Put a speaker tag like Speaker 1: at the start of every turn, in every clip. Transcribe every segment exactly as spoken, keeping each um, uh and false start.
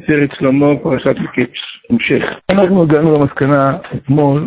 Speaker 1: תפארת שלמה, פרשת מקץ, המשך. אנחנו הגענו למסקנה אתמול,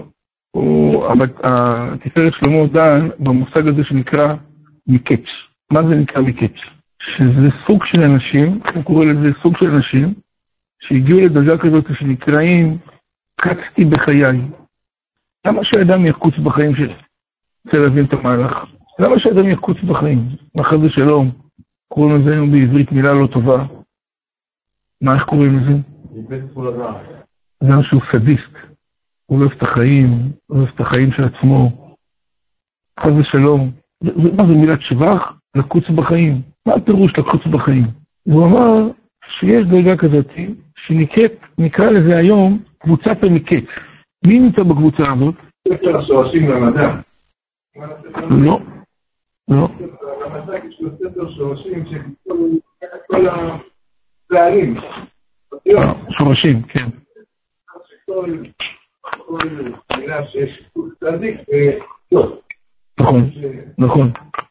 Speaker 1: תפארת שלמה דן במושג הזה שנקרא מקץ. מה זה נקרא מקץ? שזה סוג של אנשים, הוא קורא לזה סוג של אנשים, שהגיעו לדרגה כזאת שנקראים קצתי בחיי. למה שהאדם יקוץ בחיים שלו? רוצה להבין את המהלך. למה שהאדם יקוץ בחיים? אחרי זה שלום, קוראים לזה היום בעברית מילה לא טובה. מה, איך קוראים לזה? זה משהו סדיסט. הוא לא אוהב את החיים, הוא אוהב את החיים של עצמו. אחרי זה שלום. מה זה מילת שבח? לקוץ בחיים. מה הפירוש לקוץ בחיים? הוא אמר שיש דרגה כזאת שנקראת, נקרא לזה היום קבוצת המקץ. מי נמצא בקבוצה הזאת?
Speaker 2: ספר השורשים למדע.
Speaker 1: לא. לא.
Speaker 2: למדע יש לו ספר שורשים שכל כל הפערים.
Speaker 1: שורשים, כן.
Speaker 2: שכל מילה שיש קבוצה צדיק, לא.
Speaker 1: נכון, נכון.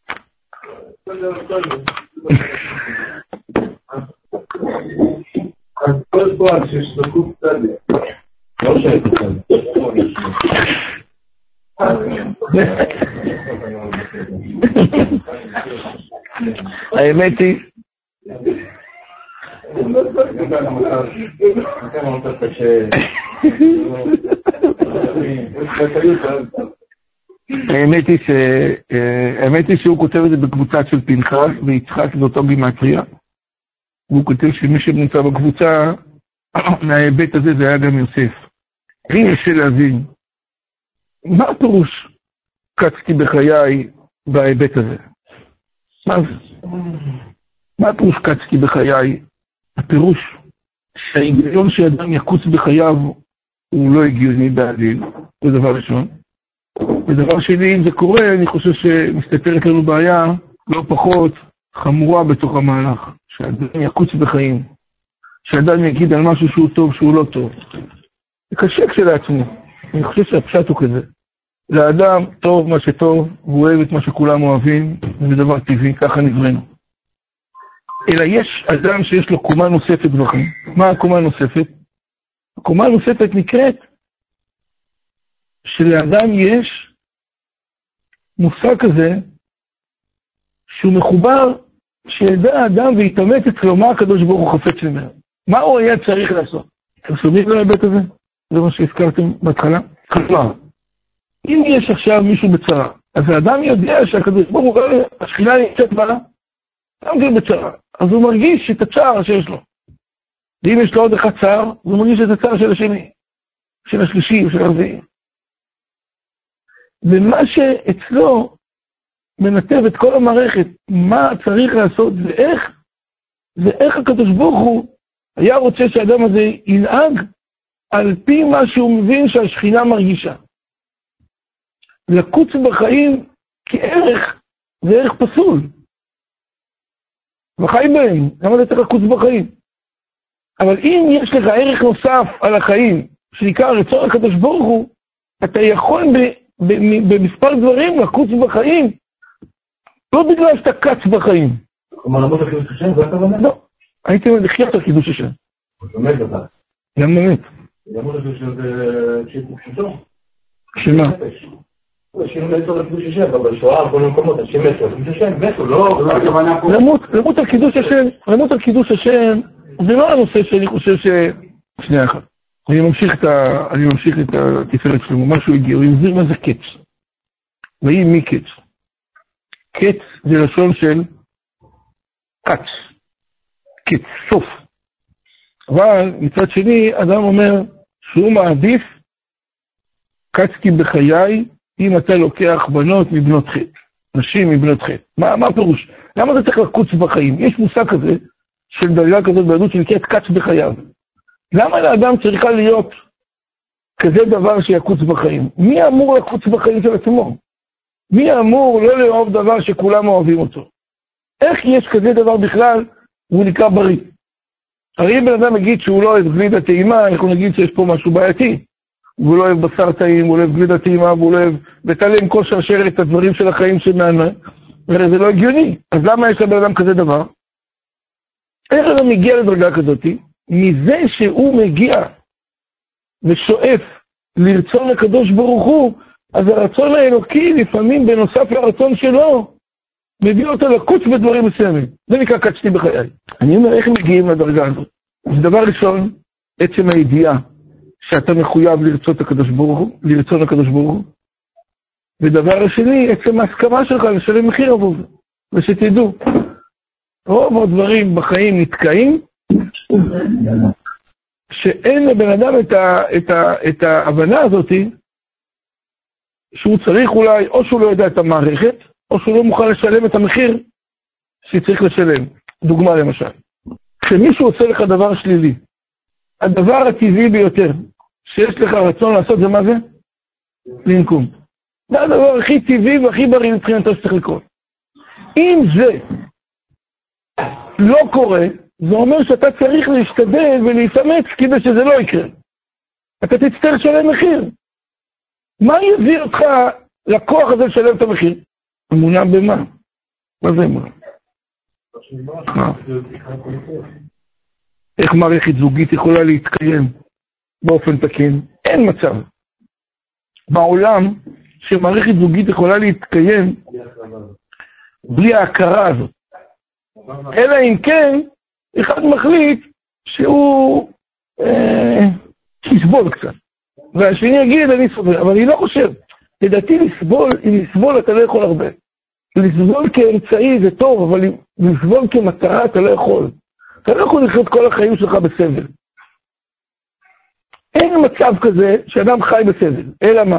Speaker 2: אז כל פועל שיש לו קבוצה צדיק. לא שאית צדיק.
Speaker 1: האמת היא האמת היא ש... האמת היא שהוא כותב את זה בקבוצה של פנחס ויצחק באותו גימטריה, והוא כותב שמי שנמצא בקבוצה מההיבט הזה זה היה גם יוסף. אני רוצה להבין מה הפירוש קצתי בחיי בהיבט הזה? מה זה? מה הפירוש קצתי בחיי? הפירוש שההיגיון שאדם יקוץ בחייו הוא לא הגיוני בעליל, זה דבר ראשון. ודבר שני, אם זה קורה, אני חושב שמסתתרת לנו בעיה לא פחות חמורה בתוך המהלך. שאדם יקוץ בחיים, שאדם יגיד על משהו שהוא טוב, שהוא לא טוב. זה קשה כשלעצמו. אני חושב שהפשט הוא כזה. לאדם טוב מה שטוב, והוא אוהב את מה שכולם אוהבים, זה דבר טבעי, ככה נבראנו. אלא יש אדם שיש לו קומה נוספת בחיים. מה הקומה הנוספת? הקומה הנוספת נקראת שלאדם יש מושג כזה שהוא מחובר, שידע האדם ויתאמץ אצלו מה הקדוש ברוך הוא חפץ ממנו. מה הוא היה צריך לעשות? אתם שומעים להיבט הזה? זה מה שהזכרתם בהתחלה? כלומר, אם יש עכשיו מישהו בצרה, אז האדם יודע שהקדוש ברוך הוא, השכינה נמצאת בה, גם כן בצרה. אז הוא מרגיש את הצער שיש לו. ואם יש לו עוד אחד צער, אז הוא מרגיש את הצער של השני, של השלישי, של הרביעי. ומה שאצלו מנתב את כל המערכת, מה צריך לעשות ואיך, ואיך הקדוש ברוך הוא היה רוצה שהאדם הזה ינהג על פי מה שהוא מבין שהשכינה מרגישה. לקוץ בחיים כערך, זה ערך פסול. בחיים בהם, למה זה צריך לקוץ בחיים? אבל אם יש לך ערך נוסף על החיים, שנקרא רצון הקדוש ברוך הוא, אתה יכול ב- ב- במספר דברים לקוץ בחיים, לא בגלל שאתה קץ בחיים.
Speaker 2: כלומר, למות על קידוש השם, זה הכוונה?
Speaker 1: לא, הייתי לחיות על קידוש השם.
Speaker 2: אתה מת אתה.
Speaker 1: גם באמת.
Speaker 2: למות על קידוש השם זה שיפוק ששום?
Speaker 1: שמה?
Speaker 2: אנשים מתו על קידוש השם, אבל בשואה, כל המקומות, אנשים מתו על קידוש השם, מתו, לא...
Speaker 1: למות על קידוש השם, למות על קידוש השם, זה לא הנושא שאני חושב ש... שנייה אחת. אני ממשיך את ה... אני ממשיך את התפארת שלנו, משהו הגיע, הוא ימזיר מה זה קץ. ויהי מי קץ? קץ זה לשון של קץ. קץ, סוף. אבל מצד שני, אדם אומר שהוא מעדיף קצתי בחיי אם אתה לוקח בנות מבנות חטא, נשים מבנות חטא. מה, מה הפירוש? למה אתה צריך לקוץ בחיים? יש מושג כזה של דרגה כזאת ביהדות שנקראת קץ בחייו. למה לאדם צריכה להיות כזה דבר שיקוץ בחיים? מי אמור לקוץ בחיים של עצמו? מי אמור לא לאהוב דבר שכולם אוהבים אותו? איך יש כזה דבר בכלל והוא נקרא בריא? הרי אם בן אדם יגיד שהוא לא אוהב גלידה טעימה, אנחנו נגיד שיש פה משהו בעייתי. והוא לא אוהב בשר טעים, הוא לא אוהב גלידה טעימה, והוא לא אוהב בטלם כל שרשרת את הדברים של החיים שמענה. הרי זה לא הגיוני. אז למה יש לבן אדם כזה דבר? איך אדם מגיע לדרגה כזאת? מזה שהוא מגיע ושואף לרצון הקדוש ברוך הוא, אז הרצון האלוקי לפעמים בנוסף לרצון שלו, מביא אותו לקוץ בדברים מסוימים. זה נקרא קצתי בחיי. אני אומר, איך מגיעים לדרגה הזאת? אז דבר ראשון, עצם הידיעה שאתה מחויב לרצות הקדוש ברוך הוא, לרצון הקדוש ברוך הוא. ודבר השני, עצם ההסכמה שלך לשלם מחיר עבור זה. ושתדעו, רוב הדברים בחיים נתקעים, שאין לבן אדם את, ה, את, ה, את ההבנה הזאת, שהוא צריך אולי, או שהוא לא יודע את המערכת, או שהוא לא מוכן לשלם את המחיר שצריך לשלם. דוגמה למשל, כשמישהו עושה לך דבר שלילי, הדבר הטבעי ביותר שיש לך רצון לעשות זה מה זה? לנקום. זה הדבר הכי טבעי והכי בריא מבחינתו שצריך לקרות. אם זה לא קורה, זה אומר שאתה צריך להשתדל ולהתאמץ כדי שזה לא יקרה. אתה תצטרך לשלם מחיר. מה יביא אותך לכוח הזה לשלם את המחיר? אמונה במה? מה זה אמונה? איך מערכת זוגית יכולה להתקיים באופן תקין? אין מצב. בעולם שמערכת זוגית יכולה להתקיים בלי ההכרה הזאת. אלא אם כן, אחד מחליט שהוא אה, יסבול קצת. והשני יגיד, אני סובל. אבל אני לא חושב. לדעתי לסבול, אם לסבול אתה לא יכול הרבה. לסבול כאמצעי זה טוב, אבל לסבול כמטרה אתה לא יכול. אתה לא יכול לחיות כל החיים שלך בסבל. אין מצב כזה שאדם חי בסבל. אלא מה?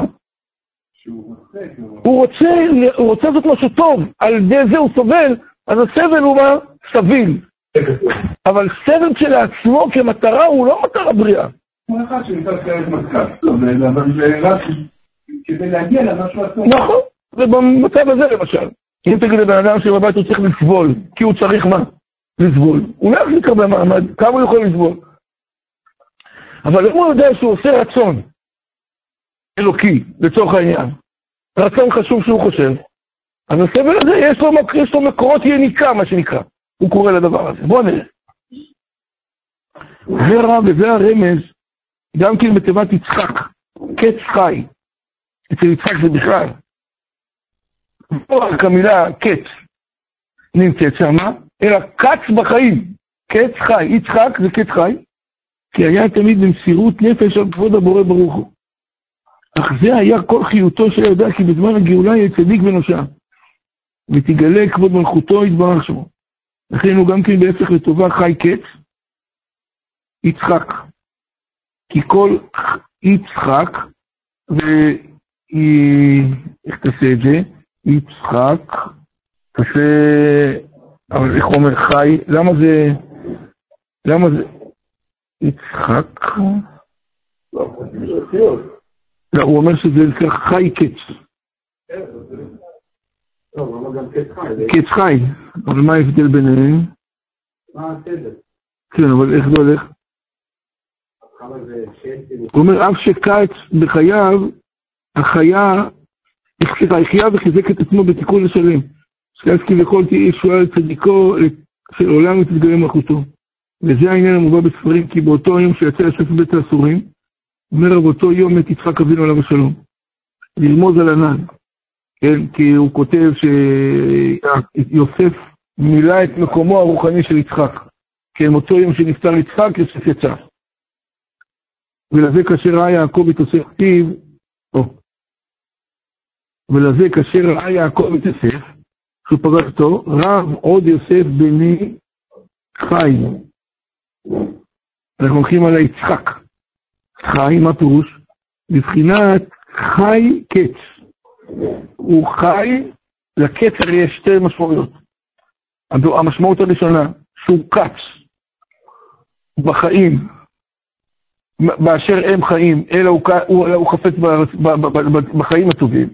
Speaker 1: הוא רוצה, הוא רוצה לעשות משהו טוב, על ידי זה הוא סובל, אז הסבל הוא מה? סביל. אבל סבל שלעצמו כמטרה הוא לא מטרה בריאה.
Speaker 2: כמו אחד שנמצא כעת מטקס, אבל זה רק כדי להגיע למשהו עצמו.
Speaker 1: נכון, ובמצב הזה למשל. אם תגיד לבן אדם שבבית הוא צריך לסבול, כי הוא צריך מה? לסבול. הוא לא יחזיק הרבה מעמד, כמה הוא יכול לסבול. אבל אם הוא יודע שהוא עושה רצון אלוקי, לצורך העניין, רצון חשוב שהוא חושב, אז הסבל הזה יש לו, יש לו מקורות יניקה, מה שנקרא. הוא קורא לדבר הזה. בוא נראה. זה רב וזה הרמז, גם כן בתיבת יצחק, קץ חי. אצל יצחק זה בכלל. לא רק המילה קץ נמצאת שמה, אלא קץ בחיים. קץ חי. יצחק זה קץ חי, כי היה תמיד במסירות נפש על כבוד הבורא ברוך הוא. אך זה היה כל חיותו של הידע, כי בזמן הגאולה יהיה צדיק ונושע, ותגלה כבוד מלכותו יתברך שמו. לכן הוא גם כן בהפך לטובה חי קץ, יצחק. כי כל יצחק, ואיך תעשה את זה? יצחק, תעשה, אבל איך אומר חי? למה זה, למה זה, יצחק? לא, הוא אומר שזה נקרא חי קץ. קץ חי, אבל מה ההבדל ביניהם?
Speaker 2: מה הסדר?
Speaker 1: כן, אבל איך זה הולך? הוא אומר, אף שקץ בחייו, החיה, החיה וחיזק את עצמו בתיקון לשלם. שקץ כביכול תהיה ישועה לצדיקו, של עולם ותתגלה מלכותו. וזה העניין המובא בספרים, כי באותו יום שיצא לשפט בית האסורים, אומר באותו יום מת יצחק אבינו עליו השלום. לרמוז על הנ"ל. כן, כי הוא כותב שיוסף מילא את מקומו הרוחני של יצחק. כן, אותו יום שנפטר יצחק, יוסף יצא. ולזה כאשר ראה יעקב את יוסף כתיב, או, ולזה כאשר ראה יעקב את יוסף, שהוא פגש אותו, רב עוד יוסף בני חי. אנחנו הולכים על היצחק. חי, מה פירוש? בבחינת חי קץ. הוא חי, לקץ הרי יש שתי משמעויות. המשמעות הראשונה, שהוא קץ בחיים, באשר הם חיים, אלא הוא, הוא, הוא חפץ בחיים הטובים.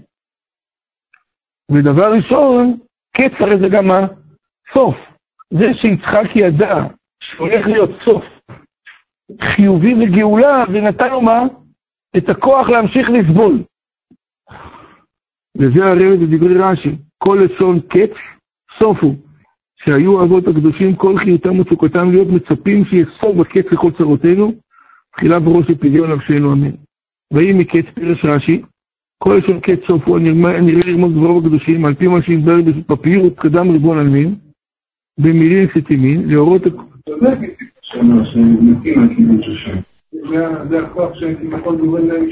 Speaker 1: ודבר ראשון, קץ הרי זה גם הסוף. זה שיצחק ידע שהולך להיות סוף חיובי וגאולה, ונתן לו מה? את הכוח להמשיך לסבול. וזה הרמז בדברי רש"י, כל לשון קץ סופו, שהיו אבות הקדושים כל חיותם ותשוקתם להיות מצפים שיסור בקץ לכל צרותינו, תחילה בראש לפדיון נפשנו אמן. ויהי מקץ פירש רש"י, כל לשון קץ סופו נראה לרמוז דבריו הקדושים, על פי מה שהתברר בפפירוס קדם ריבון עלמין, במילים סתימין, להורות...
Speaker 2: זה הכוח שהייתי בכל דוברים להם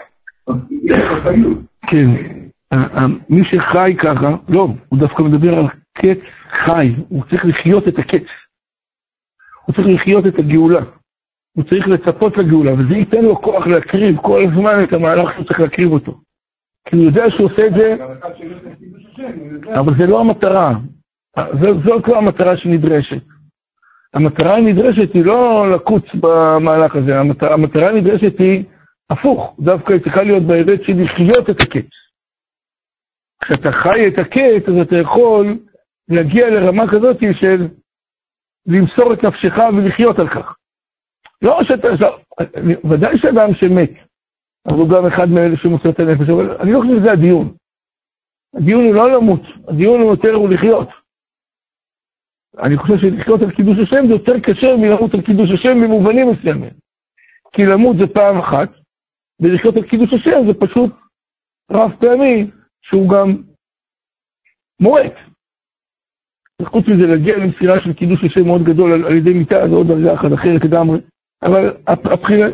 Speaker 1: כן, מי שחי ככה, לא, הוא דווקא מדבר על קץ חי, הוא צריך לחיות את הקץ, הוא צריך לחיות את הגאולה, הוא צריך לצפות לגאולה, וזה ייתן לו כוח להקריב כל הזמן את המהלך שהוא צריך להקריב אותו, כי הוא יודע שהוא עושה את זה, אבל זה לא המטרה, זאת לא המטרה שנדרשת. המטרה הנדרשת היא לא לקוץ במהלך הזה, המטרה הנדרשת היא הפוך, דווקא היא צריכה להיות בהיבט של לחיות את הקץ. כשאתה חי את הקץ, אז אתה יכול להגיע לרמה כזאת של למסור את נפשך ולחיות על כך. לא שאתה, ודאי שאדם שמת, אבל הוא גם אחד מאלה שמוסר את הנפש, אבל אני לא חושב שזה הדיון. הדיון הוא לא למות, הדיון הוא יותר הוא לחיות. אני חושב שלחיות על קידוש השם זה יותר קשה מלמות על קידוש השם במובנים מסוימים. כי למות זה פעם אחת, ולחיות על קידוש השם זה פשוט רב פעמי, שהוא גם מועט. חוץ מזה להגיע למסירה של קידוש השם מאוד גדול על, על ידי מיטה, זה עוד דרגה אחת אחרת לגמרי. אבל הבחינה...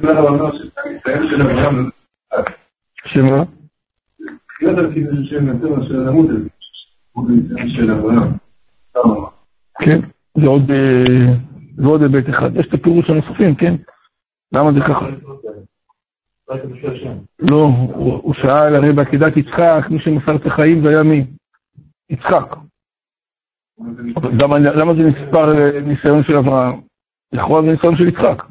Speaker 1: שמה?
Speaker 2: לחיות על קידוש השם יותר מאשר למות על קידוש של אברהם.
Speaker 1: כן, זה עוד, זה עוד היבט אחד. יש את הפירוש הנוספים, כן? למה זה ככה? לא, הוא, הוא שאל הרי בעקידת יצחק, מי שמסר את החיים זה היה מי? יצחק. למה, למה זה נספר ניסיון של אברהם? לכאורה זה ניסיון של יצחק.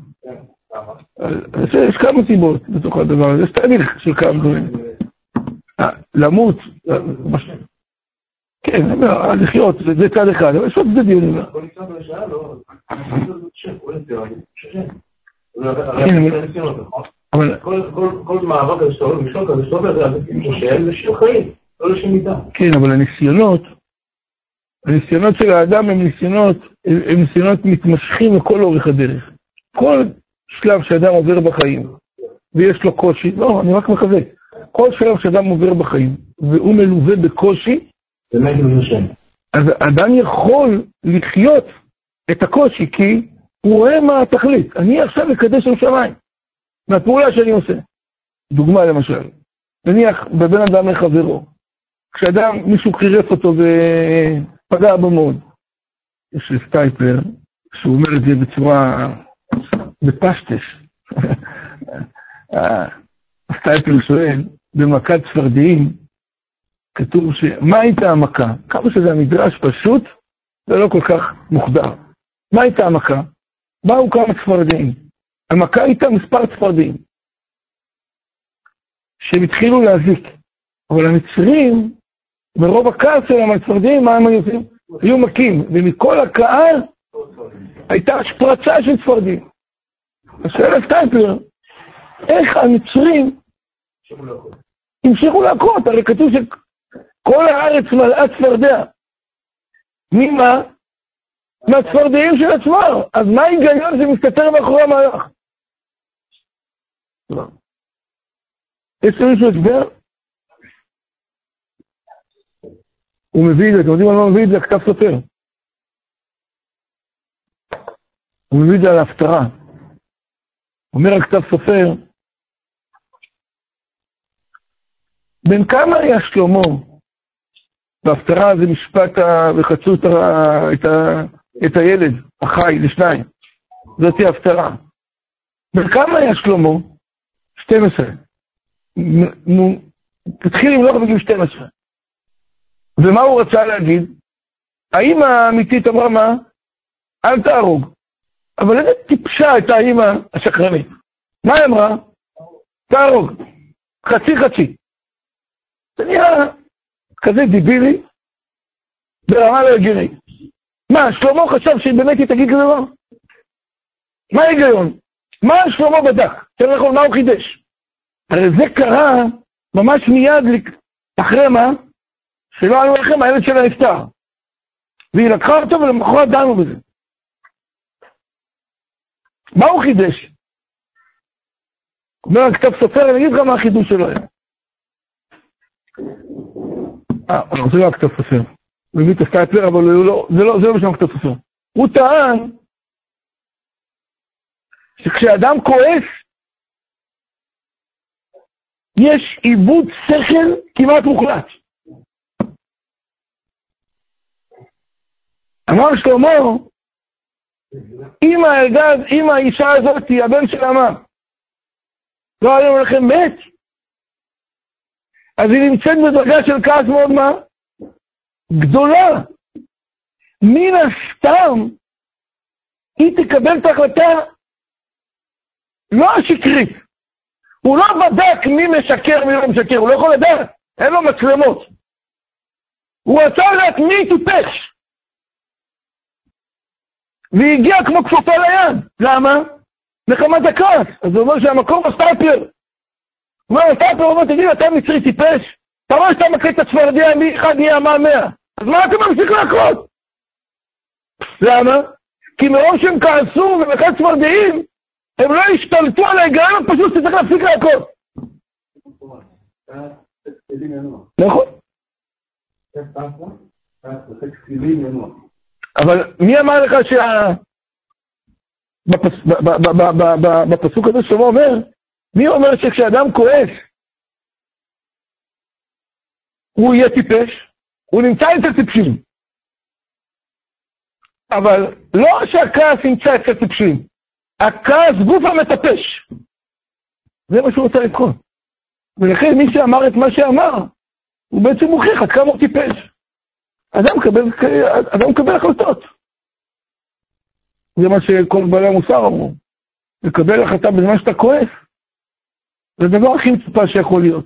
Speaker 1: יש כמה סיבות בתוך הדבר הזה, יש תהליך של כמה דברים. למות, כן, לחיות, זה צד אחד, אבל יש עוד זה דיון.
Speaker 2: כל מאבק ההיסטוריה, משלות ההיסטוריה זה לשם לשם חיים, לא לשם מידה.
Speaker 1: כן, אבל הניסיונות, הניסיונות של האדם הם ניסיונות, הם ניסיונות מתמשכים לכל אורך הדרך. כל שלב שאדם עובר בחיים, ויש לו קושי, לא, אני רק מקווה, כל שלב שאדם עובר בחיים, והוא מלווה בקושי, אז האדם יכול לחיות את הקושי, כי הוא רואה מה התכלית. אני עכשיו אקדש שם שמיים, מהפעולה שאני עושה. דוגמה למשל, נניח בבין אדם לחברו, כשאדם, מישהו חירף אותו ופגע בו מאוד, יש לי סטייפלר, שהוא אומר את זה בצורה, בפשטש. הסטייפלר שואל, במכת צפרדעים, כתוב שמה הייתה המכה? כמה שזה המדרש פשוט, זה לא כל כך מוחדר. מה הייתה המכה? באו כמה צפרדעים. המכה הייתה מספר צפרדעים. שהם התחילו להזיק. אבל המצרים, ברוב הכעס שלהם על צפרדעים, מה הם היו? היו מכים. ומכל הקהל הייתה השפרצה של צפרדעים. אז שואל הסטייפלר, איך המצרים המשיכו להכות? הרי כתוב שכל הארץ מלאה צפרדע. ממה? מהצפרדעים של עצמם. אז מה ההיגיון שמסתתר מאחורי המהלך? יש מישהו הסבר? הוא מביא את זה, אתם יודעים על מה מביא את זה? הכתב סופר. הוא מביא את זה על ההפטרה. אומר הכתב סופר, בין כמה היה שלמה? בהפטרה זה משפט וחצו את, את, את הילד, החי, לשניים. זאת היא ההפטרה. בין כמה היה שלמה? שתים עשרה. נו, תתחיל למלוך בגיל שתים עשרה. ומה הוא רצה להגיד? האמא האמיתית אמרה מה? אל תהרוג. אבל איזה טיפשה הייתה האמא השקרנית. מה היא אמרה? תהרוג. חצי חצי. זה נראה כזה דיבילי ברמה לא הגיונית. מה, שלמה חשב שבאמת היא תגיד כזה דבר? מה ההיגיון? מה שלמה בדק? תראה לכם מה הוא חידש. הרי זה קרה ממש מיד אחרי מה? שלא ענו לכם, הילד שלה נפטר. והיא לקחה אותו ולמחרת דנו בזה. מה הוא חידש? אומר הכתב סופר, אני אגיד לך מה החידוש שלו היה. אה, אני רוצה לראות הכתב סופר. הוא הביא את הסטייפלר, אבל לא, זה לא, זה לא בשם הכתב סופר. הוא טען שכשאדם כועס, יש עיבוד שכל כמעט מוחלט. אמר שלמה, אם האלדד, אם האישה הזאת, הבן של אמה, לא היה לכם מת, אז היא נמצאת בדרגה של כעס מאוד מה? גדולה. מן הסתם, היא תקבל את ההחלטה לא השקרית. הוא לא בדק מי משקר, מי לא משקר, הוא לא יכול לדעת, אין לו מצלמות. הוא רצה לדעת מי טיפש. והגיע כמו כפופה ליד. למה? מחמת הכעס. אז הוא אומר שהמקום הסטייפלר. הוא אומר, הסטייפלר אומר, תגיד, אתה מצרי טיפש? אתה רואה שאתה מקליט את הצפרדיה, מי אחד נהיה מה מאה. אז מה אתה ממשיך להקרות? למה? כי מרוב שהם כעסו ומחד צפרדיים, הם לא השתלטו על ההיגיון, פשוט צריך להפסיק להקרות. נכון. אבל מי אמר לך שה... בפסוק הזה שלמה אומר, מי אומר שכשאדם כועס, הוא יהיה טיפש, הוא נמצא אצל טיפשים. אבל לא שהכעס נמצא אצל טיפשים, הכעס גוף המטפש. זה מה שהוא רוצה לקרוא. ולכן מי שאמר את מה שאמר, הוא בעצם מוכיח עד כמה הוא טיפש. אדם מקבל, אדם מקבל החלטות. זה מה שכל בעלי המוסר אמרו. לקבל החלטה בזמן שאתה כועס, זה הדבר הכי מצופה שיכול להיות.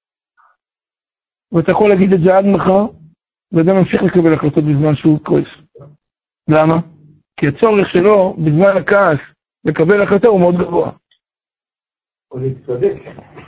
Speaker 1: ואתה יכול להגיד את זה עד מחר, ואדם ממשיך לקבל החלטות בזמן שהוא כועס. למה? כי הצורך שלו בזמן הכעס לקבל החלטה הוא מאוד גבוה.
Speaker 2: או להתצדק.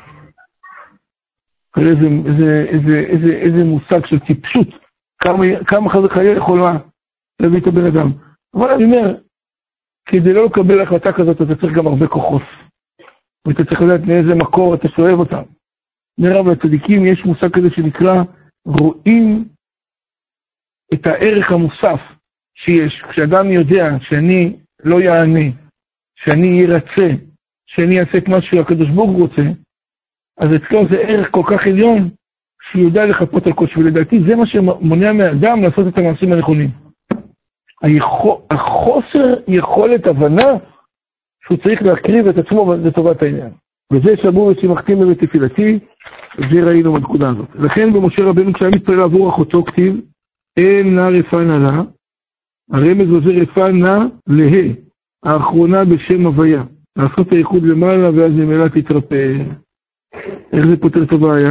Speaker 1: איזה, איזה, איזה, איזה, איזה מושג של טיפשות. כמה, כמה חזק חיי יכולה להביא את הבן אדם. אבל אני אומר, כדי לא לקבל החלטה כזאת, אתה צריך גם הרבה כוחות. ואתה צריך לדעת מאיזה מקור אתה שואב אותם. מרב הצדיקים יש מושג כזה שנקרא, רואים את הערך המוסף שיש. כשאדם יודע שאני לא יענה, שאני ירצה, שאני אעשה את מה שהקדוש ברוך הוא רוצה, אז אצלו זה ערך כל כך עליון, שהוא יודע לחפות על קודש, ולדעתי זה מה שמונע מהאדם לעשות את המעשים הנכונים. החוסר יכולת הבנה שהוא צריך להקריב את עצמו לטובת העניין. וזה שבור ושימחתים בבית תפילתי, זה ראינו בנקודה הזאת. לכן במשה רבנו כשהיה מתפלל עבור אחותו כתיב, אין נא רפנה לה, הרמז וזה רפנה לה, האחרונה בשם הוויה. לעשות את הייחוד למעלה ואז ממילא תתרפא. איך זה פותר את הבעיה?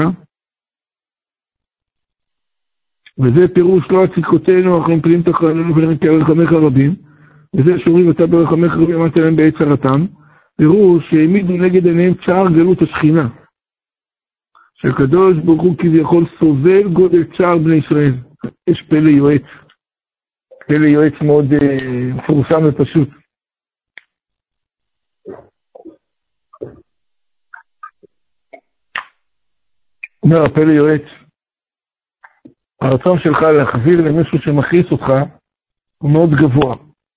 Speaker 1: וזה פירוש לא הצדקותינו, אנחנו מפלים תחרנו ונקרא רחמך רבים, וזה שאומרים אתה ברחמך רבים, אמרת להם בעת צרתם, פירוש שהעמידו נגד עיניהם צער גלות השכינה, שהקדוש ברוך הוא כביכול סובל גודל צער בני ישראל. יש פלא יועץ, פלא יועץ מאוד uh, מפורסם ופשוט. אומר הפלא יועץ, הרצון שלך להחזיר למישהו שמכעיס אותך הוא מאוד גבוה.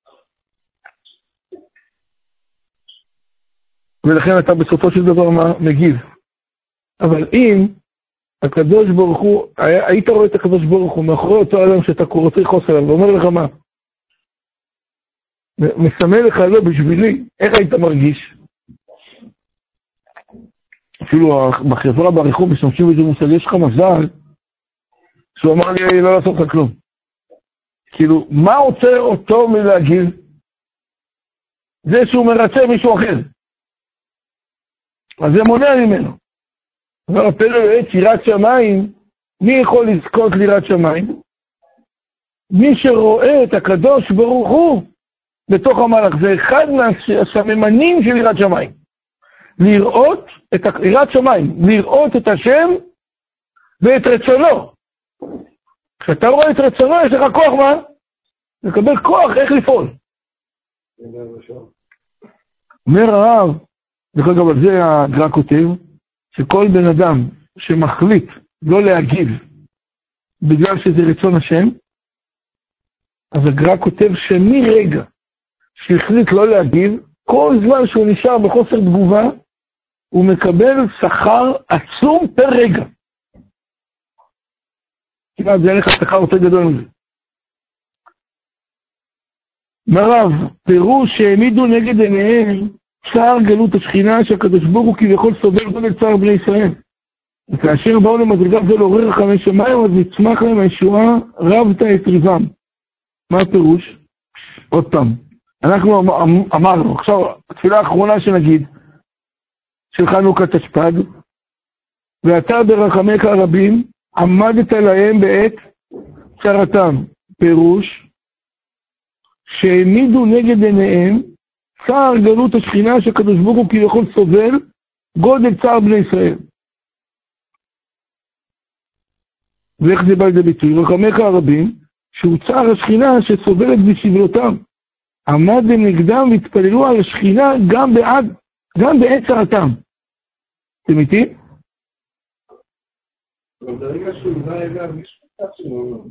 Speaker 1: ולכן אתה בסופו של דבר מגיב. אבל אם הקדוש ברוך הוא, היית רואה את הקדוש ברוך הוא מאחורי אותו אדם שאתה רוצה לכעוס עליו, ואומר לך מה? מסמל לך לא בשבילי, איך היית מרגיש? אפילו בחברה בעריכות משתמשים בזה מושג, יש לך מזל, שהוא אמר לי לא לעשות לך כלום. כאילו, מה עוצר אותו מלהגיב? זה שהוא מרצה מישהו אחר. אז זה מונע ממנו. אבל הפלא יועץ יראת שמיים, מי יכול לזכות ליראת שמיים? מי שרואה את הקדוש ברוך הוא בתוך המלאך. זה אחד מהסממנים של יראת שמיים. לראות את יראת שמיים, לראות את השם ואת רצונו. כשאתה רואה את רצונו, יש לך כוח מה? לקבל כוח איך לפעול. אומר הרב, דרך אגב, על זה הגר"א כותב, שכל בן אדם שמחליט לא להגיב בגלל שזה רצון השם, אז הגר"א כותב שמרגע שהחליט לא להגיב, כל זמן שהוא נשאר בחוסר תגובה, הוא מקבל שכר עצום פר רגע. כמעט זה אין לך שכר יותר גדול מזה. מרב, פירוש שהעמידו נגד עיניהם צער גלות השכינה שהקדוש ברוך הוא כביכול סובל גודל צער בני ישראל. וכאשר באו למדרגה זו לעורר רחמי שמיים, אז נצמח להם הישועה רבת את ריבם. מה הפירוש? עוד פעם. אנחנו אמרנו, עכשיו התפילה האחרונה שנגיד, של חנוכת תשפ"ד, ואתה ברחמיך הרבים עמדת להם בעת צרתם. פירוש שהעמידו נגד עיניהם צער גלות השכינה שהקדוש ברוך הוא כביכול סובל גודל צער בני ישראל. ואיך זה בא לידי ביטוי? רחמיך הרבים, שהוא צער השכינה שסובלת בסבלותם. עמדם נגדם והתפללו על השכינה גם בעד, גם בעת צרתם. אתם איתי?
Speaker 2: אבל ברגע שהוא בא אליו, יש מצב שלו,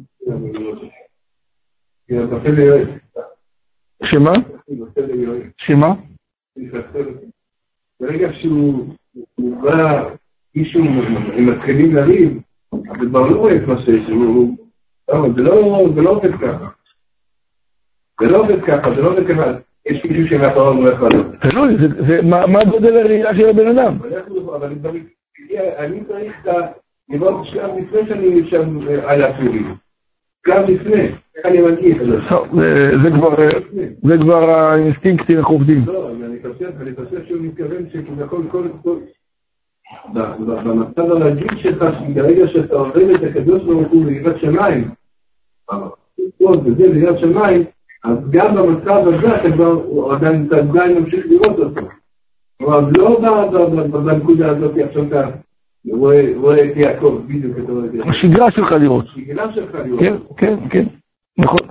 Speaker 2: הוא נופל ליועץ.
Speaker 1: שמה?
Speaker 2: הוא נופל ליועץ.
Speaker 1: שמה?
Speaker 2: ברגע שהוא בא, מישהו, הם מתחילים לריב, זה ברור את מה שיש, זה לא עובד ככה. זה לא עובד ככה, זה לא עובד ככה. יש מישהו שמאחוריו לא יכול לעלות.
Speaker 1: תלוי, מה גודל הראייה של הבן אדם?
Speaker 2: אבל אני צריך את ה... לראות שלב לפני שאני שם על הפירים. שלב לפני, איך אני מגיע?
Speaker 1: זה כבר האינסטינקטים איך עובדים.
Speaker 2: לא, אני חושב שהוא מתכוון שכביכול כל... במצב הרגיל שלך, ברגע שאתה עובד את הקדוש ברוך הוא ליראת שמיים, וזה ליראת שמיים, אז גם במצב הזה אתה כבר עדיין ממשיך לראות אותו. אבל לא בנקודה הזאת עכשיו אתה רואה את יעקב בדיוק את הרגע.
Speaker 1: השגרה שלך לראות.
Speaker 2: השגרה שלך לראות.
Speaker 1: כן, כן, כן, נכון.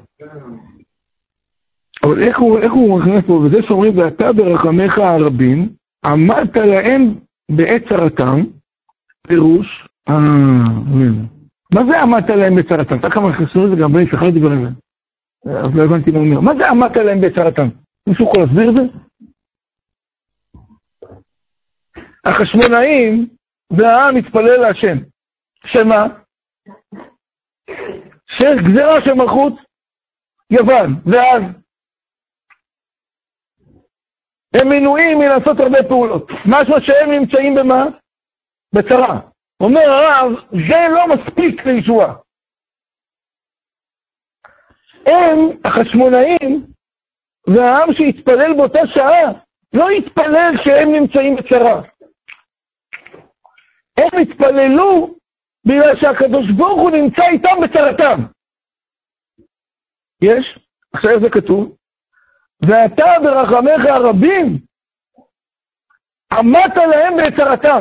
Speaker 1: אבל איך הוא מכנס פה, וזה שאומרים, ואתה ברחמיך הרבים, עמדת להם בעת צרתם, פירוש, מה זה עמדת להם בעת צרתם? אתה כמה חסרו את זה גם בני שחר דיבר על זה. אז לא הבנתי מה אומר. מה זה עמדת להם בעת צרתם? מישהו יכול להסביר את זה? החשמונאים והעם מתפלל להשם. שמה? שגזרה של מלכות יוון. ואז הם מנועים מלעשות הרבה פעולות. משהו שהם נמצאים במה? בצרה. אומר הרב, זה לא מספיק לישועה. הם, החשמונאים, והעם שהתפלל באותה שעה, לא התפלל שהם נמצאים בצרה. הם התפללו בגלל שהקדוש ברוך הוא נמצא איתם בצרתם. יש? עכשיו איך זה כתוב? ואתה ברחמיך הרבים עמדת להם בצרתם.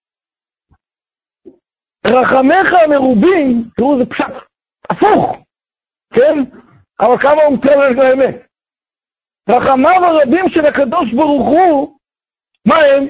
Speaker 1: רחמיך המרובים, תראו זה פשט, הפוך, כן? אבל כמה הוא מתרלל לאמת. רחמיו הרבים של הקדוש ברוך הוא, מה הם?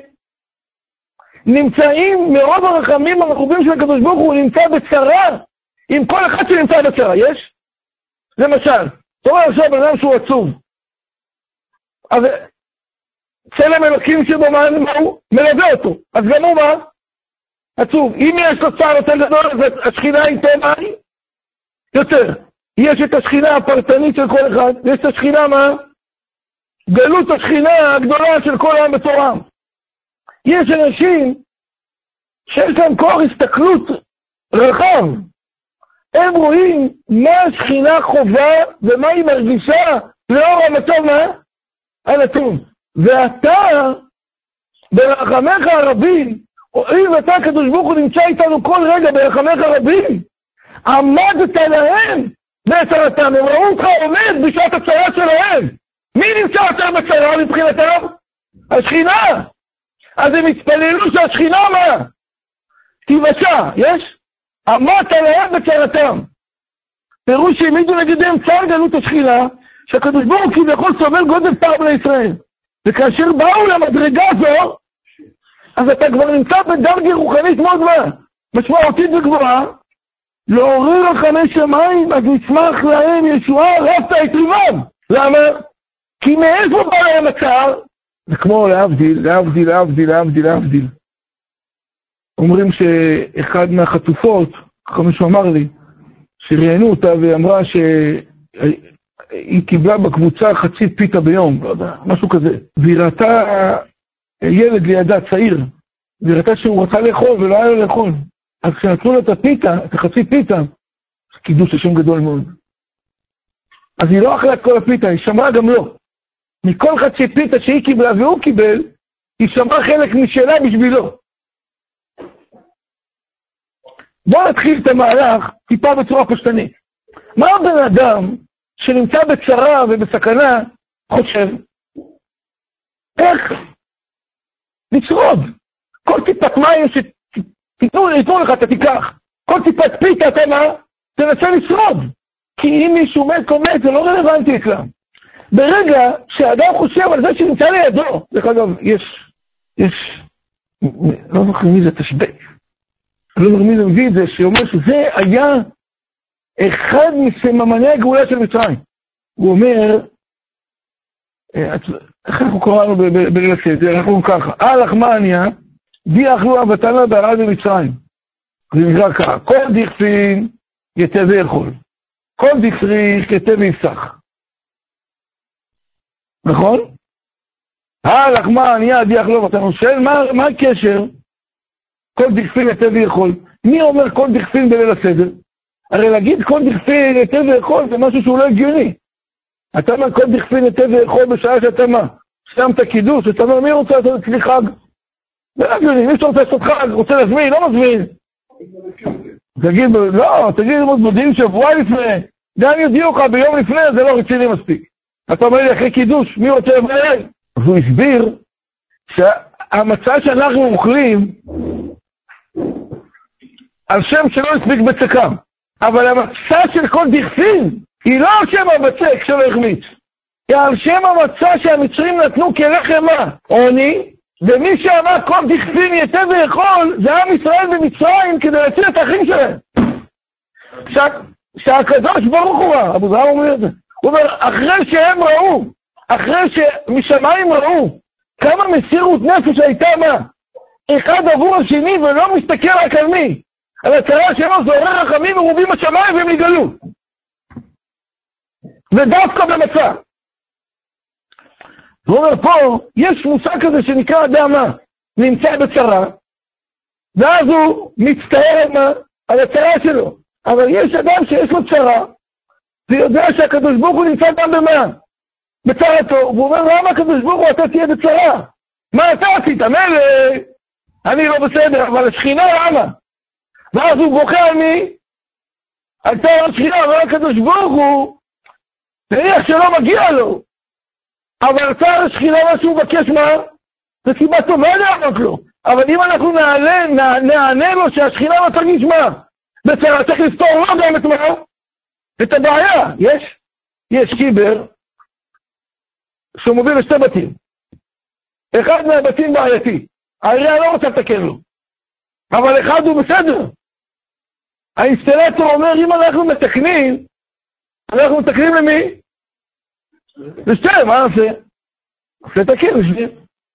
Speaker 1: נמצאים מרוב הרחמים המרובים של הקדוש ברוך הוא, נמצא בצרה עם כל אחד שנמצא בצרה, יש? למשל, תראו עכשיו בן אדם שהוא עצוב. אז צלם אלוקים שבו מה הוא? מלווה אותו. אז גם הוא מה? עצוב. אם יש לו צער יותר גדול, אז השכינה איתו מה? יותר. יש את השכינה הפרטנית של כל אחד, ויש את השכינה מה? גלות השכינה הגדולה של כל העם בתורם. יש אנשים שיש להם כוח הסתכלות רחב. הם רואים מה השכינה חובה ומה היא מרגישה לאור המצב מה? הנתון. ואתה ברחמיך הרבים, אם אתה הקדוש ברוך הוא נמצא איתנו כל רגע ברחמיך הרבים, עמדת להם בצרתם. הם ראו אותך עומד בשעת הצרה שלהם. מי נמצא יותר בצרה מבחינתם? השכינה. אז הם התפללו שהשכינה מה? תיוושע, יש? עמדת להם בצרתם. פירוש שהעמידו נגדם צער גלות השכינה, שהקדוש ברוך הוא כביכול סובל גודל פער בני ישראל. וכאשר באו למדרגה זו, אז אתה כבר נמצא בדרגה רוחנית מאוד גבוהה, משמעותית וגבוהה, לעורר רחמי שמיים, אז נצמח להם ישועה רבת את ריבם. למה? כי מאיפה בא להם הצער? זה כמו להבדיל, להבדיל, להבדיל, להבדיל, להבדיל. אומרים שאחד מהחטופות, ככה מישהו אמר לי, שראיינו אותה ואמרה שהיא קיבלה בקבוצה חצי פיתה ביום, לא יודע, משהו כזה. והיא ראתה ילד לידה צעיר, והיא ראתה שהוא רצה לאכול ולא היה לו לאכול. אז כשנתנו לה את הפיתה, את החצי פיתה, זה קידוש השם גדול מאוד. אז היא לא אכלה את כל הפיתה, היא שמרה גם לא. מכל חצי פיתה שהיא קיבלה והוא קיבל, היא שמרה חלק משלה בשבילו. בואו נתחיל את המהלך טיפה בצורה פשטנית. מה הבן אדם שנמצא בצרה ובסכנה חושב? איך לשרוד? כל טיפת מים שתיתנו לך אתה תיקח. כל טיפת פיתה אתה מה? תנסה לשרוד. כי אם מישהו מת או מת זה לא רלוונטי אצלם. ברגע שהאדם חושב על זה שנמצא לידו, דרך אגב, יש, יש, לא זוכר מי זה תשבק. לא זוכר מי זה מביא את זה, שאומר שזה היה אחד מסממני הגאולה של מצרים. הוא אומר, איך אנחנו קראנו בליל הסדר? אנחנו אומרים ככה, על לחמניה, די אכלו אבותינו בערד במצרים. זה נקרא ככה, כל דכפין יתה ויאכול, כל דכריש יתה ויפסח. נכון? על לחמניה, די אכלו אבותינו. שואל, מה, מה הקשר? כל דכפין יתה ויאכול. מי אומר כל דכפין בליל הסדר? הרי להגיד כל דכפין יתה ויאכול זה משהו שהוא לא הגיוני. אתה אומר כל דכפין יתה ויאכול בשעה שאתה מה? שמת קידוש, אתה אומר מי רוצה לעשות אצלי חג? זה לא הגיוני, מי שרוצה לעשות חג, רוצה להזמין, לא מזמין. תגיד, לא, תגיד מודיעים שבוע לפני, גם יודיעו לך ביום לפני, זה לא רציני מספיק. אתה אומר לי אחרי קידוש, מי רוצה לבוא? אז הוא הסביר שהמצע שאנחנו אוכלים על שם שלא הספיק בצקם, אבל המצע של כל דכפין היא לא על שם הבצק שלא החמיץ, היא על שם המצע שהמצרים נתנו כלחם מה? עוני, ומי שאמר כל דכפין יתה ויאכול זה עם ישראל במצרים כדי להציל את האחים שלהם. שהקדוש ברוך הוא ראה, אבו זהב אומר את זה, הוא אומר אחרי שהם ראו, אחרי שמשמיים ראו כמה מסירות נפש הייתה מה? אחד עבור השני ולא מסתכל רק על מי, על הצרה שלו זורר רחמים מרובים בשמיים והם נגלו. ודווקא במצע. הוא אומר פה, יש מושג כזה שנקרא אדם מה? נמצא בצרה, ואז הוא מצטער מה? על הצרה שלו. אבל יש אדם שיש לו צרה, ויודע שהקדוש ברוך הוא נמצא גם במה? בצרתו. והוא אומר, למה הקדוש ברוך הוא אתה תהיה בצרה? מה אתה עשית? מלא, אני לא בסדר, אבל השכינה למה? ואז הוא בוכה על מי? על צער השכינה, אבל הקדוש ברוך הוא, נניח שלא מגיע לו. אבל צער השכינה מה שהוא מבקש מה? זה סיבה טובה לענות לו. אבל אם אנחנו נעלה, נע, נענה לו שהשכינה לא תרגיש מה? בצרה צריך לפתור לא גם את מה? את הבעיה. יש, יש קיבר שמוביל לשתי בתים. אחד מהבתים בעייתי. העירייה לא רוצה לתקן לו. אבל אחד הוא בסדר. האינסטלטור אומר, אם אנחנו מתקנים, אנחנו מתקנים למי? לשתיים, מה נעשה? לתקן לשתיים.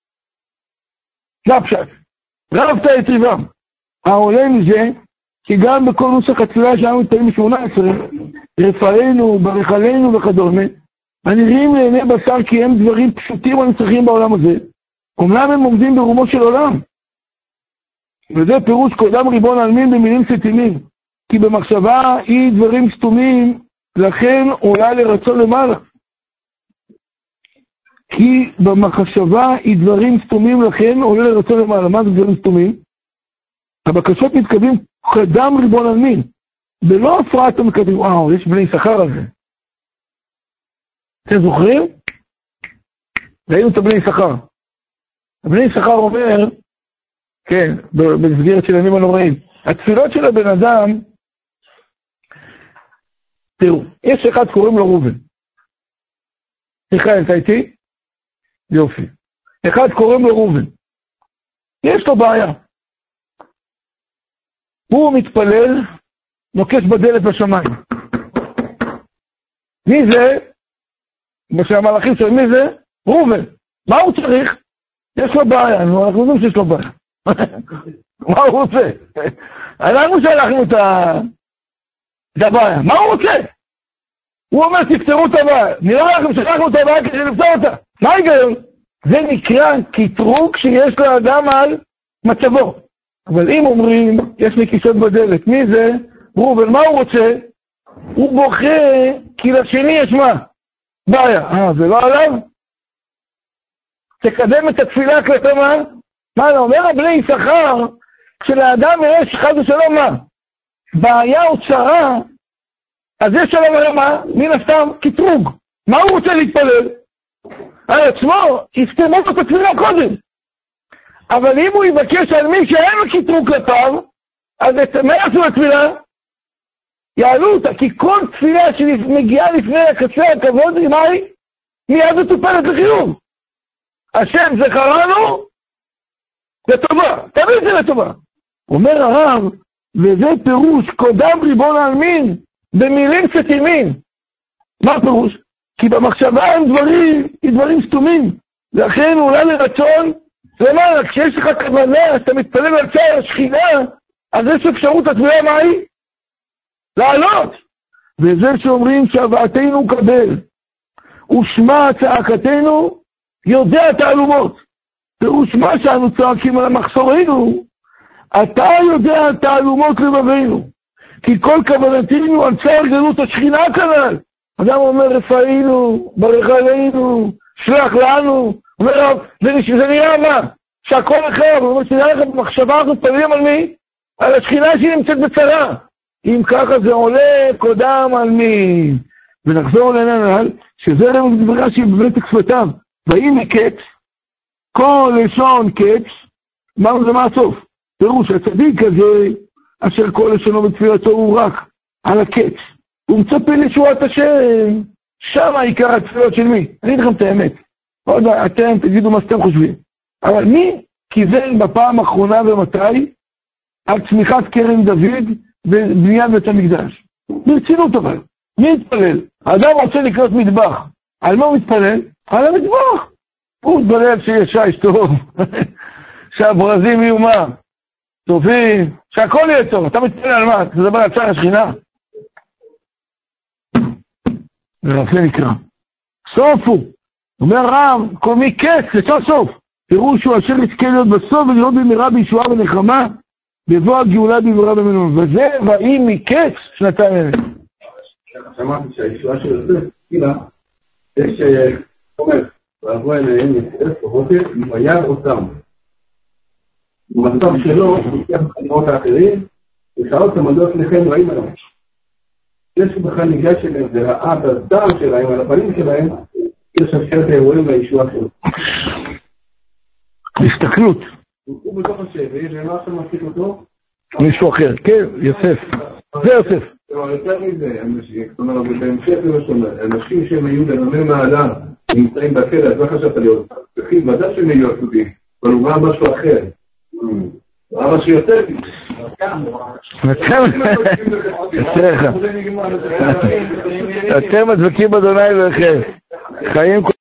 Speaker 1: זה הפשט. רבת את ריבם. העולה מזה, כי גם בכל נוסח התפילה שלנו מתאים שמונה עשרה, רפאנו, ברכלנו וכדומה, הנראים לעיני בשר כי הם דברים פשוטים הנצרכים בעולם הזה, אומנם הם עומדים ברומו של עולם. וזה פירוש קודם ריבון עלמין במילים סתימים, כי במחשבה היא דברים סתומים, לכן עולה לרצון למעלה. כי במחשבה היא דברים סתומים, לכן עולה לרצון למעלה. מה זה דברים סתומים? הבקשות מתקדמים קדם ריבון עלמין, בלא הפרעת המקדמים. וואו, יש בני שכר על זה. אתם זוכרים? ראינו את הבני שכר. הבני שכר אומר, כן, במסגרת של הימים הנוראים, התפילות של הבן אדם, תראו, יש אחד קוראים לו ראובן. מיכאל, אתה איתי? יופי. אחד קוראים לו ראובן. יש לו בעיה. הוא מתפלל, נוקש בדלת בשמיים. מי זה? כשהמלאכים שואלים מי זה? ראובן. מה הוא צריך? יש לו בעיה. אנחנו יודעים שיש לו בעיה. מה הוא רוצה? אנחנו שלחנו את הבעיה. מה הוא רוצה? הוא אומר, תפתרו את הבעיה. נראה לכם ששלחנו את הבעיה כדי לפתור אותה. מה ההיגיון? זה נקרא קטרוג שיש לאדם על מצבו. אבל אם אומרים, יש נקישות בדלת, מי זה? ראובן, מה הוא רוצה? הוא בוכה, כי לשני יש מה? בעיה. אה, זה לא עליו? תקדם את התפילה כלפי מה? מה זה אומר? בני יששכר, כשלאדם יש חס ושלום מה? בעיה או צרה, אז יש שלום עליו מה? מן הסתם קטרוג. מה הוא רוצה להתפלל? על עצמו, יסתמו את התפילה קודם. אבל אם הוא יבקש על מי שאין לו קטרוג כלפיו, אז מה יעשו לתפילה? יעלו אותה, כי כל תפילה שמגיעה לפני הקצה הכבוד, מה היא? מיד מטופלת לחיוב. השם זכרנו לטובה, תמיד זה לטובה. אומר הרב, וזה פירוש קודם ריבון העלמין במילים סתימים. מה הפירוש? כי במחשבה הם דברים, דברים סתומים. לכן אולי לרצון, למעלה, כשיש לך כוונה, אתה מתפלל על צער השכינה, אז יש אפשרות התפילה מה היא? לעלות. וזה שאומרים שהבאתנו קבל, ושמע צעקתנו, יודע תעלומות. פירוש מה שאנו צועקים על המחסורנו, אתה יודע תעלומות לבבינו. כי כל כוונתנו על צער גלות השכינה כנ"ל. אדם אומר, רפאינו, ברך עלינו, שלח לנו. אומר רב, זה נראה מה? שהכל אחר, הוא אומר, שתדע לך במחשבה אנחנו מתפללים על מי? על השכינה שהיא נמצאת בצרה. אם ככה זה עולה קודם על מי? ונחזור לעניין, שזה רמז דברה שהיא בבלת כספתיו. ואם מקץ, כל לשון קץ, מה זה מה הסוף? פירוש, הצדיק הזה, אשר כל לשונו בתפילתו הוא רק על הקץ. הוא מצפה לשועת השם, שם העיקר התפילות של מי? אני אגיד לכם את האמת. עוד אתם תגידו מה שאתם חושבים. אבל מי כיוון בפעם האחרונה ומתי על צמיחת קרן דוד ובניית בית המקדש? ברצינות אבל. מי מתפלל? האדם רוצה לקנות מטבח. על מה הוא מתפלל? על המטבח. הוא מתפלל שיש שיש טוב. שהברזים יהיו מה? טובים. שהכל יהיה טוב. אתה מתפלל על מה? אתה מדבר על צער השכינה. ולכן נקרא. סופו. אומר רב, כל מי קץ, לסוף סוף. פירוש הוא אשר יזכה להיות בסוף ולראות במהרה בישועה ונחמה, בבוא הגאולה במהרה במנו. וזה ואם מקץ שנתיים אלה.
Speaker 2: שמעתי שהישועה של יוסף, תפילה, יש אומר, ועברו אליהם יוסף בבוקר, וירא אותם. במצב שלו, הוא לוקח חניות האחרים, ושאל אותם מדוע לפניכם רעים עליהם. יש בכלל ניגש שלהם, וראה את הזעם שלהם, על הפנים שלהם, יש שרשרת האירועים והישועה שלו.
Speaker 1: הסתכלות.
Speaker 2: הוא בתוך השבי, ומה עכשיו מפסיק אותו?
Speaker 1: מישהו אחר, כן, יוסף. זה יוסף.
Speaker 2: יותר מזה, זאת אומרת, בהמשך למשל, אנשים שהם היו לנמל מעלה, נמצאים בכלא, אז מה חשבת להיות? צריכים, ודאי שהם היו עשותים, אבל הוא ראה משהו אחר. ראה משהו יותר מזה.
Speaker 1: אתם מדבקים באדוני אלוהיכם. חיים